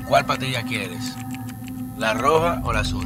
¿Cuál patilla quieres? ¿La roja o la azul?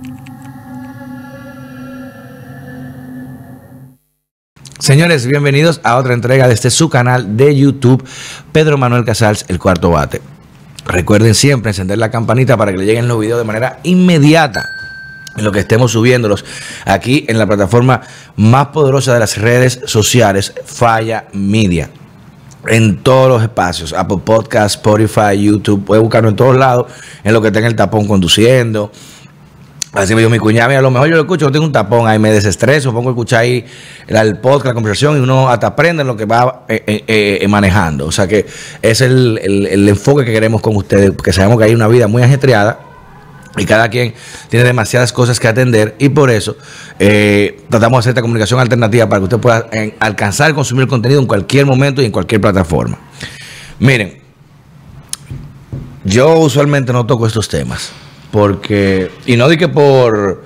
Señores, bienvenidos a otra entrega de su canal de YouTube, Pedro Manuel Casals, El Cuarto Bate. Recuerden siempre encender la campanita para que le lleguen los videos de manera inmediata en lo que estemos subiéndolos aquí en la plataforma más poderosa de las redes sociales, Falla Media. En todos los espacios, Apple Podcast, Spotify, YouTube, puede buscarlo en todos lados, en lo que tenga el tapón conduciendo. Así me dijo mi cuñada, mira, a lo mejor yo lo escucho, no tengo un tapón, ahí me desestreso, pongo a escuchar ahí el podcast, la conversación, y uno hasta aprende en lo que va manejando. O sea que es el enfoque que queremos con ustedes, porque sabemos que hay una vida muy ajetreada y cada quien tiene demasiadas cosas que atender, y por eso tratamos de hacer esta comunicación alternativa para que usted pueda alcanzar y consumir el contenido en cualquier momento y en cualquier plataforma. Miren, yo usualmente no toco estos temas porque, y no di que por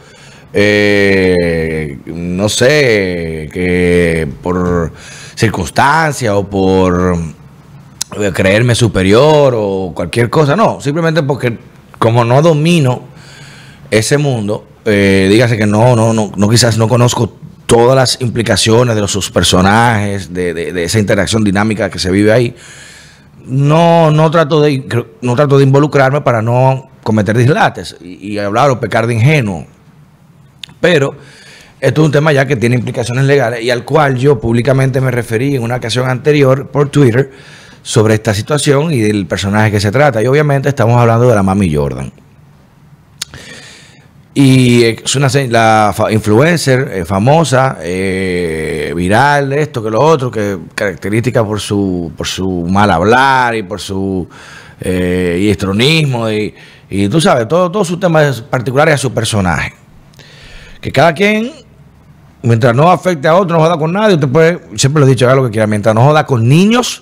no sé, que por circunstancia o por creerme superior o cualquier cosa, no, simplemente porque como no domino ese mundo, dígase que no, quizás no conozco todas las implicaciones de sus personajes, de esa interacción dinámica que se vive ahí, no trato de involucrarme para no cometer dislates y hablar o pecar de ingenuo. Pero esto es un tema ya que tiene implicaciones legales y al cual yo públicamente me referí en una ocasión anterior por Twitter sobre esta situación y del personaje que se trata. Y obviamente estamos hablando de la Mami Jordan. Y es la influencer famosa, viral, esto que lo otro, que característica por su mal hablar y por su histrionismo y tú sabes, todos sus temas particulares a su personaje. Que cada quien, mientras no afecte a otro, no joda con nadie. Usted puede, siempre lo he dicho, haga lo que quiera, mientras no joda con niños.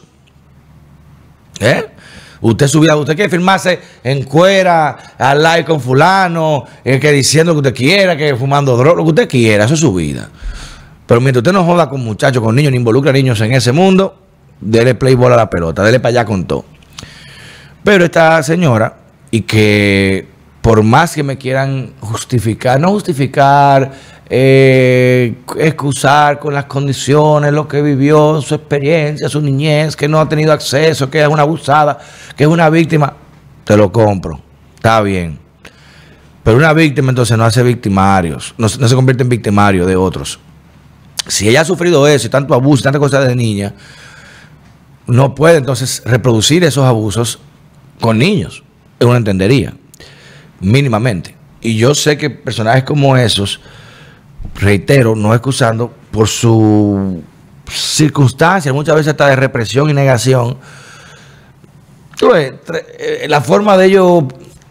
Usted su vida, usted quiere firmarse en cuera, al like con fulano, que diciendo lo que usted quiera, que fumando droga, lo que usted quiera, eso es su vida. Pero mientras usted no joda con muchachos, con niños, ni involucra a niños en ese mundo, dele play bola a la pelota, dele para allá con todo. Pero esta señora, y que por más que me quieran justificar, no justificar, excusar con las condiciones, lo que vivió, su experiencia, su niñez, que no ha tenido acceso, que es una abusada, que es una víctima, te lo compro, está bien. Pero una víctima entonces no hace victimarios, no se convierte en victimario de otros. Si ella ha sufrido eso y tanto abuso y tantas cosas de niña, no puede entonces reproducir esos abusos con niños, uno entendería, mínimamente. Y yo sé que personajes como esos, reitero, no excusando por su circunstancia, muchas veces hasta de represión y negación, la forma de ellos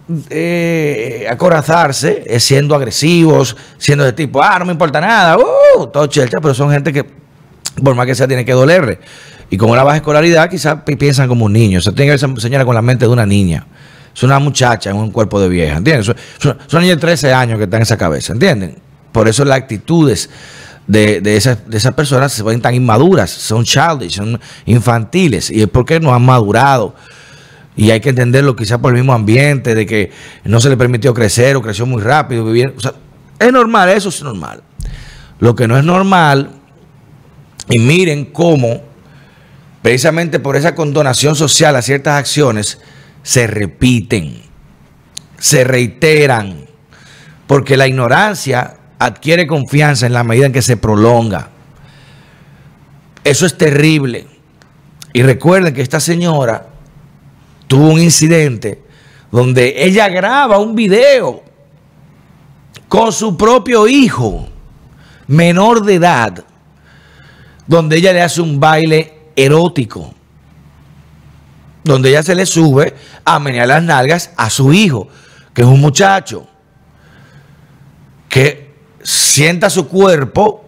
acorazarse es siendo agresivos, siendo de tipo, no me importa nada, todo chelcha, pero son gente que, por más que sea, tiene que dolerle. Y con una baja escolaridad quizás piensan como un niño. O sea, tiene que ver esa señora con la mente de una niña. Es una muchacha en un cuerpo de vieja, ¿entiendes? Es una niña de 13 años que está en esa cabeza, ¿entienden? Por eso las actitudes de esas personas se ven tan inmaduras, son childish, son infantiles. Y es porque no han madurado. Y hay que entenderlo quizás por el mismo ambiente, de que no se le permitió crecer o creció muy rápido. Vivir. O sea, es normal, eso es normal. Lo que no es normal, y miren cómo, precisamente por esa condonación social a ciertas acciones, se repiten, se reiteran, porque la ignorancia adquiere confianza en la medida en que se prolonga. Eso es terrible. Y recuerden que esta señora tuvo un incidente donde ella graba un video con su propio hijo, menor de edad, donde ella le hace un baile erótico, donde ella se le sube a menear las nalgas a su hijo, que es un muchacho que sienta su cuerpo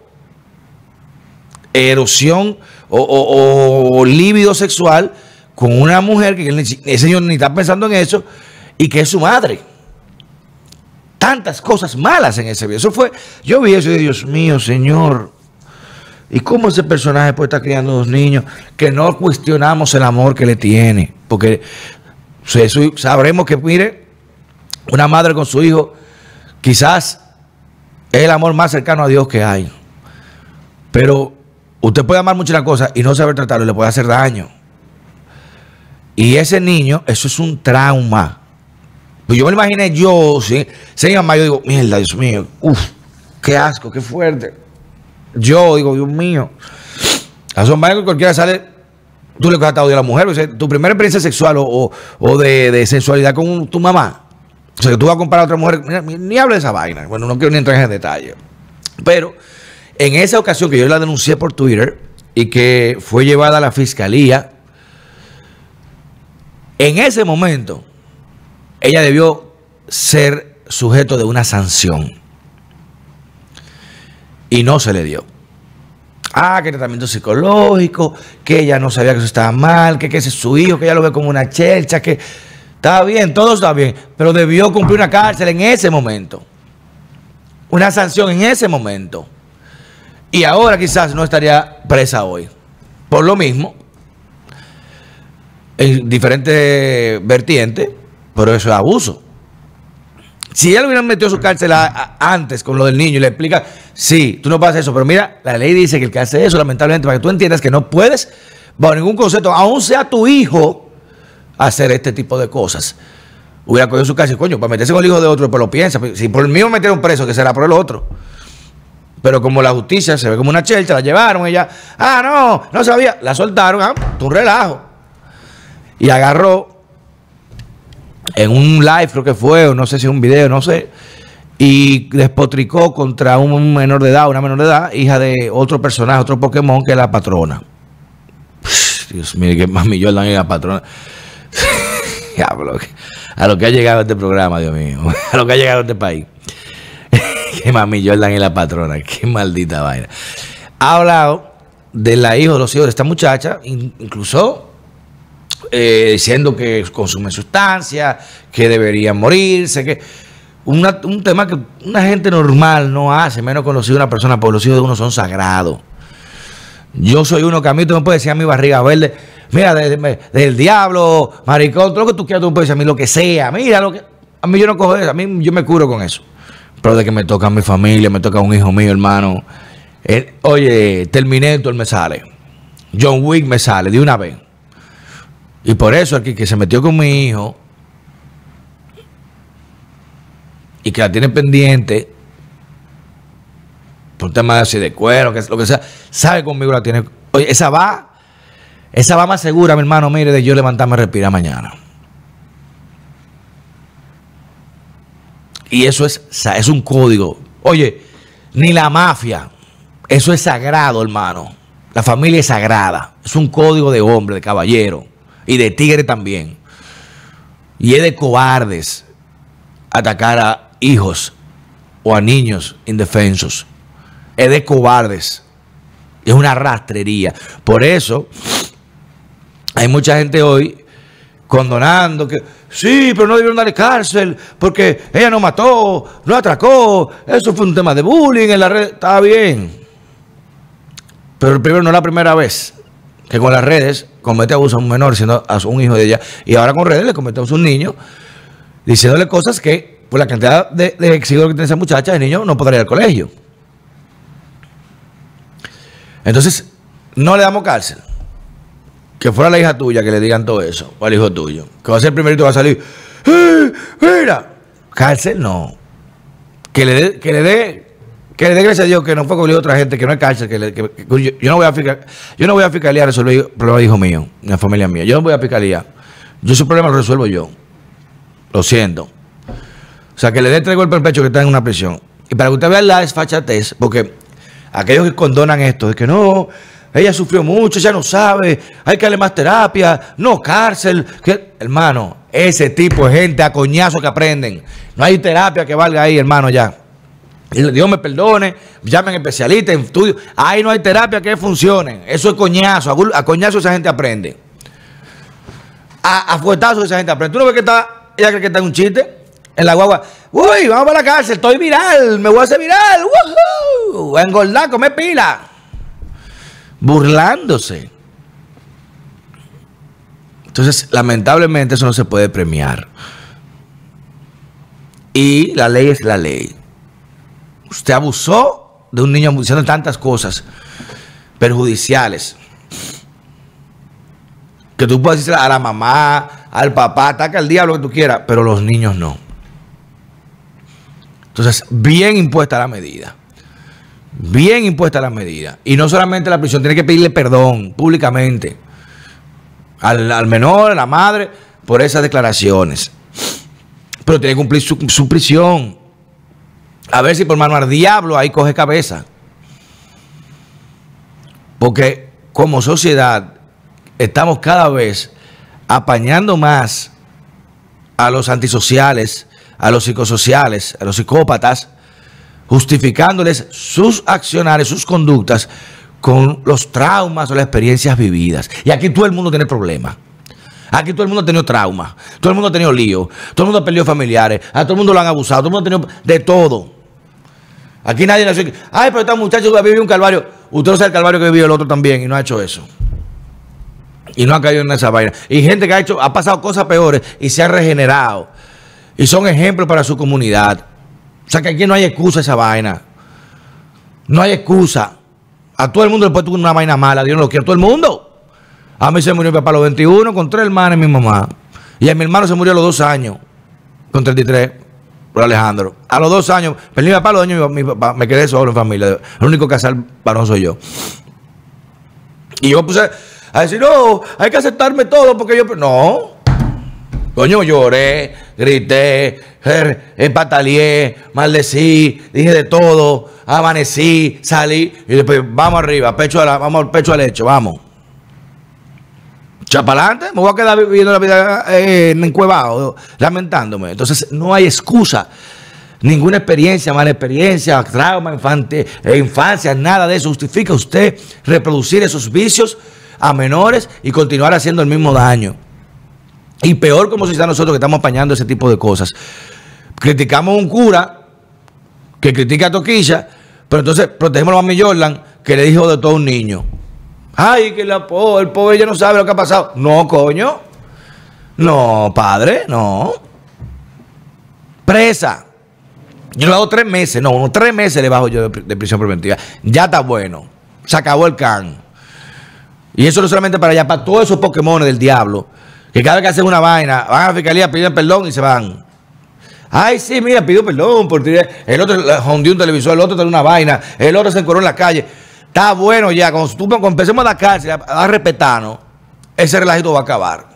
erosión o líbido sexual con una mujer que ese señor ni está pensando en eso y que es su madre. Tantas cosas malas en ese video. Eso fue, yo vi eso y dije, Dios mío, Señor, ¿y cómo ese personaje puede estar criando dos niños que no cuestionamos el amor que le tiene? Porque Sabremos que, mire, una madre con su hijo, quizás es el amor más cercano a Dios que hay. Pero usted puede amar mucho una cosa y no saber tratarlo y le puede hacer daño. Y ese niño, eso es un trauma. Pues yo me lo imaginé yo, ¿sí? Ser mamá, yo digo, mierda, Dios mío, qué asco, qué fuerte. Yo digo, Dios mío. A su madre cualquiera sale, tú le coges a odio a la mujer. O sea, tu primera experiencia sexual o de sensualidad con tu mamá. O sea, que tú vas a comparar a otra mujer, mira, ni hablo de esa vaina. Bueno, no quiero ni entrar en detalle. Pero en esa ocasión que yo la denuncié por Twitter y que fue llevada a la fiscalía, en ese momento ella debió ser sujeto de una sanción. Y no se le dio. Que tratamiento psicológico, que ella no sabía que eso estaba mal, que ese es su hijo, que ella lo ve como una chelcha, que está bien, todo está bien, pero debió cumplir una cárcel en ese momento. Una sanción en ese momento. Y ahora quizás no estaría presa hoy. Por lo mismo, en diferentes vertientes, pero eso es abuso. Si ella lo hubieran metido a su cárcel antes con lo del niño y le explica, sí, tú no pasas eso, pero mira, la ley dice que el que hace eso, lamentablemente, para que tú entiendas que no puedes, bajo ningún concepto, aún sea tu hijo, hacer este tipo de cosas. Hubiera cogido su cárcel, coño, para meterse con el hijo de otro, pues lo piensa. Si por el mío me metieron preso, que será por el otro. Pero como la justicia se ve como una chelcha, la llevaron, ella, no sabía, la soltaron, un relajo. Y agarró en un live, creo que fue, o no sé si un video, no sé, y despotricó contra un menor de edad, una menor de edad, hija de otro personaje, otro Pokémon, que es la patrona. Dios mío, que Mami Jordan es la patrona. A lo que ha llegado este programa, Dios mío, a lo que ha llegado este país. Que Mami Jordan es la patrona, qué maldita vaina. Ha hablado de la hija de los hijos de esta muchacha, incluso diciendo que consumen sustancias, que deberían morirse, que un tema que una gente normal no hace, menos con los hijos de una persona, porque los hijos de uno son sagrados. Yo soy uno que a mí tú me puedes decir a mi barriga verde, mira, del diablo, maricón, todo lo que tú quieras, tú me puedes decir a mí lo que sea, mira, a mí yo no cojo eso, a mí yo me curo con eso. Pero de que me toca a mi familia, me toca a un hijo mío, hermano. Oye, Terminator me sale, John Wick me sale de una vez. Y por eso aquí que se metió con mi hijo y que la tiene pendiente por temas así de cuero, que lo que sea, sabe conmigo la tiene. Oye, esa va más segura, mi hermano, mire, de yo levantarme a respirar mañana. Y eso es un código. Oye, ni la mafia, eso es sagrado, hermano. La familia es sagrada, es un código de hombre, de caballero. Y de tigre también. Y es de cobardes atacar a hijos o a niños indefensos. Es de cobardes. Es una rastrería. Por eso hay mucha gente hoy condonando que sí, pero no debieron darle cárcel porque ella no mató, no atracó. Eso fue un tema de bullying en la red. Está bien. Pero primero no es la primera vez que con las redes comete abuso a un menor, siendo a un hijo de ella, y ahora con redes le comete abuso a un niño, diciéndole cosas que, por la cantidad de exigos que tiene esa muchacha, el niño no podrá ir al colegio. Entonces, no le damos cárcel. Que fuera la hija tuya que le digan todo eso, o al hijo tuyo, que va a ser el primerito que va a salir, mira, cárcel no. Que le dé gracias a Dios que no fue con otra gente, que no es cárcel, yo no voy a fiscalía a resolver problemas de hijo mío, ni la familia mía. Yo no voy a fiscalía. Yo ese problema lo resuelvo yo. Lo siento. O sea, que le dé 3 golpes al pecho que está en una prisión. Y para que usted vea la desfachatez, porque aquellos que condonan esto, de que no, ella sufrió mucho, ella no sabe, hay que darle más terapia, no cárcel. Hermano, ese tipo de gente a coñazo que aprenden. No hay terapia que valga ahí, hermano, ya. Dios me perdone, llamen especialistas en estudios. Ahí no hay terapia que funcione. Eso es coñazo. A coñazo esa gente aprende. A fuetazo esa gente aprende. ¿Tú no ves que ella cree que está en un chiste? En la guagua. Uy, vamos para la cárcel, estoy viral, me voy a hacer viral. Voy a engordar, comer pila. Burlándose. Entonces, lamentablemente eso no se puede premiar. Y la ley es la ley. Usted abusó de un niño haciendo tantas cosas perjudiciales que tú puedes decirle a la mamá, al papá, ataca al diablo que tú quieras, pero los niños no. Entonces, bien impuesta la medida. Bien impuesta la medida. Y no solamente la prisión, tiene que pedirle perdón públicamente al menor, a la madre, por esas declaraciones. Pero tiene que cumplir su prisión. A ver si por mano al diablo ahí coge cabeza. Porque como sociedad estamos cada vez apañando más a los antisociales, a los psicosociales, a los psicópatas, justificándoles sus acciones, sus conductas con los traumas o las experiencias vividas. Y aquí todo el mundo tiene problemas. Aquí todo el mundo ha tenido trauma, todo el mundo ha tenido lío, todo el mundo ha perdido familiares, a todo el mundo lo han abusado, todo el mundo ha tenido de todo. Aquí nadie nació. Ay, pero este muchacho vive un calvario. Usted no sabe el calvario que vivió el otro también y no ha hecho eso. Y no ha caído en esa vaina. Y gente que ha pasado cosas peores y se ha regenerado. Y son ejemplos para su comunidad. O sea que aquí no hay excusa esa vaina. No hay excusa. A todo el mundo le puede tener una vaina mala. Dios no lo quiere. A todo el mundo. A mí se murió mi papá a los 21 con 3 hermanos y mi mamá. Y a mi hermano se murió a los 2 años con 33 por Alejandro. A los 2 años. Perdí mi papá a los 2 años mi papá, me quedé solo en familia. El único casal varón soy yo. Y yo me puse a decir, no, hay que aceptarme todo porque yo... No. Coño, lloré, grité, pataleé, maldecí, dije de todo, amanecí, salí y después vamos arriba, vamos al pecho al hecho, vamos. Chapalante, me voy a quedar viviendo la vida encuevado, lamentándome. Entonces no hay excusa, ninguna experiencia, mala experiencia, trauma, infancia, nada de eso justifica usted reproducir esos vicios a menores y continuar haciendo el mismo daño. Y peor como si está nosotros que estamos apañando ese tipo de cosas. Criticamos a un cura que critica a Toquilla, pero entonces protegemos a Mami Jordan que le dijo de todo a un niño. Ay, que el pobre ya no sabe lo que ha pasado. No, coño. No, padre, no. Presa. Yo le hago 3 meses, no, 3 meses le bajo yo de prisión preventiva. Ya está bueno. Se acabó el can. Y eso no solamente para allá, para todos esos Pokémon del diablo. Que cada vez que hacen una vaina, van a la fiscalía, piden perdón y se van. Ay, sí, mira, pidió perdón. Porque el otro jondió un televisor, el otro tiene una vaina, el otro se encoró en la calle. Está bueno ya, cuando empecemos a la cárcel, a respetarnos, ese relajito va a acabar.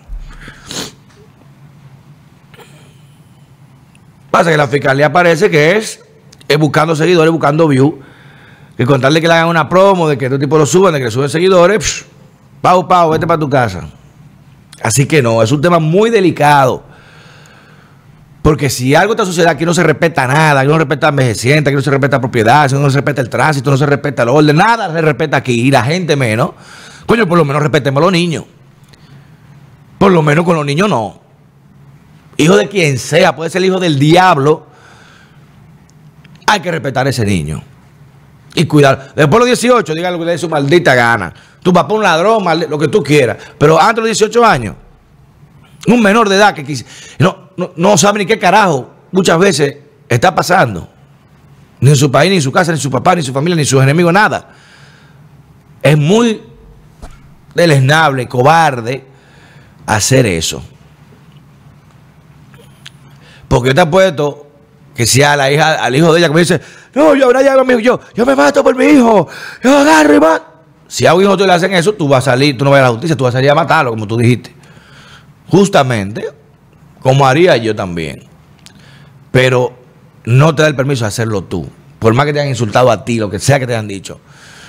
Pasa que la fiscalía parece que es buscando seguidores, buscando views. Que contarle que le hagan una promo, de que este tipo lo suban, de que le suben seguidores, pau, vete para tu casa. Así que no, es un tema muy delicado. Porque si algo en esta sociedad aquí no se respeta nada, aquí no se respeta envejeciente, aquí no se respeta propiedad, aquí no se respeta el tránsito, no se respeta el orden, nada se respeta aquí, y la gente menos. Coño, por lo menos respetemos a los niños. Por lo menos con los niños no. Hijo de quien sea, puede ser el hijo del diablo. Hay que respetar a ese niño. Y cuidar. Después de los 18, diga lo que le dé su maldita gana. Tu papá un ladrón, lo que tú quieras. Pero antes de los 18 años, un menor de edad que no sabe ni qué carajo muchas veces está pasando. Ni en su país, ni en su casa, ni en su papá, ni en su familia, ni en sus enemigos, nada. Es muy deleznable, cobarde hacer eso. Porque yo te apuesto que si a la hija, al hijo de ella que me dice, no, yo ahora ya a mi hijo, yo me mato por mi hijo, yo agarro y mato. Si a un hijo tú le hacen eso, tú vas a salir, tú no vas a la justicia, tú vas a salir a matarlo, como tú dijiste. Justamente, como haría yo también. Pero no te da el permiso de hacerlo tú. Por más que te hayan insultado a ti, lo que sea que te hayan dicho.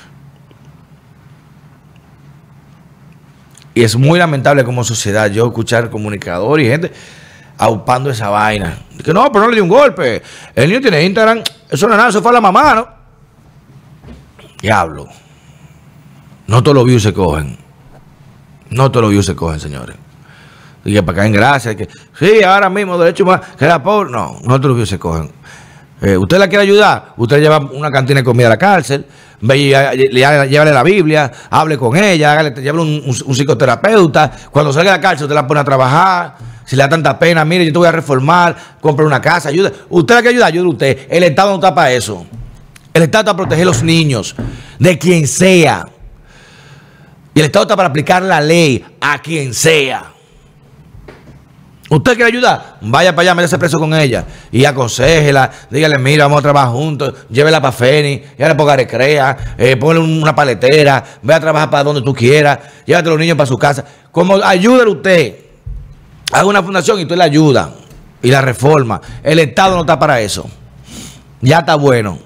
Y es muy lamentable como sociedad yo escuchar comunicadores y gente aupando esa vaina. Que no, pero no le dio un golpe. El niño tiene Instagram. Eso no es nada, eso fue a la mamá, ¿no? Diablo. No todos los views se cogen. No todos los views se cogen, señores. Y que para caer en gracia. Que, sí, ahora mismo derecho más. Que la pobre. No, no todos los views se cogen. ¿Usted la quiere ayudar? Usted lleva una cantina de comida a la cárcel, llévale la Biblia, hable con ella, llévale un psicoterapeuta. Cuando salga de la cárcel, usted la pone a trabajar. Si le da tanta pena, mire, yo te voy a reformar, compre una casa, ayuda. Usted la quiere ayudar, ayude usted. El Estado no está para eso. El Estado está para proteger a los niños, de quien sea. Y el Estado está para aplicar la ley a quien sea. ¿Usted quiere ayudar? Vaya para allá, métase preso con ella y aconséjela, dígale, mira, vamos a trabajar juntos, llévela para Feni, llévela para Recrea, ponle una paletera, ve a trabajar para donde tú quieras, llévate a los niños para su casa. Como ayúdele usted, haga una fundación y usted la ayuda y la reforma. El Estado no está para eso. Ya está bueno.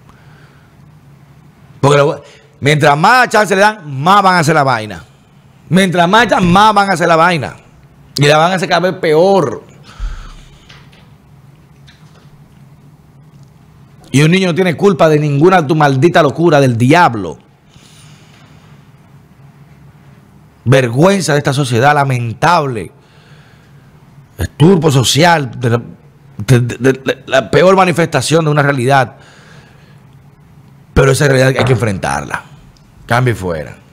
Porque mientras más chance le dan, más van a hacer la vaina. Mientras más van a hacer la vaina. Y la van a hacer cada vez peor. Y un niño no tiene culpa de ninguna de tu maldita locura del diablo. Vergüenza de esta sociedad lamentable. Esturbo social. De la peor manifestación de una realidad. Pero esa realidad hay que enfrentarla. Cambie fuera.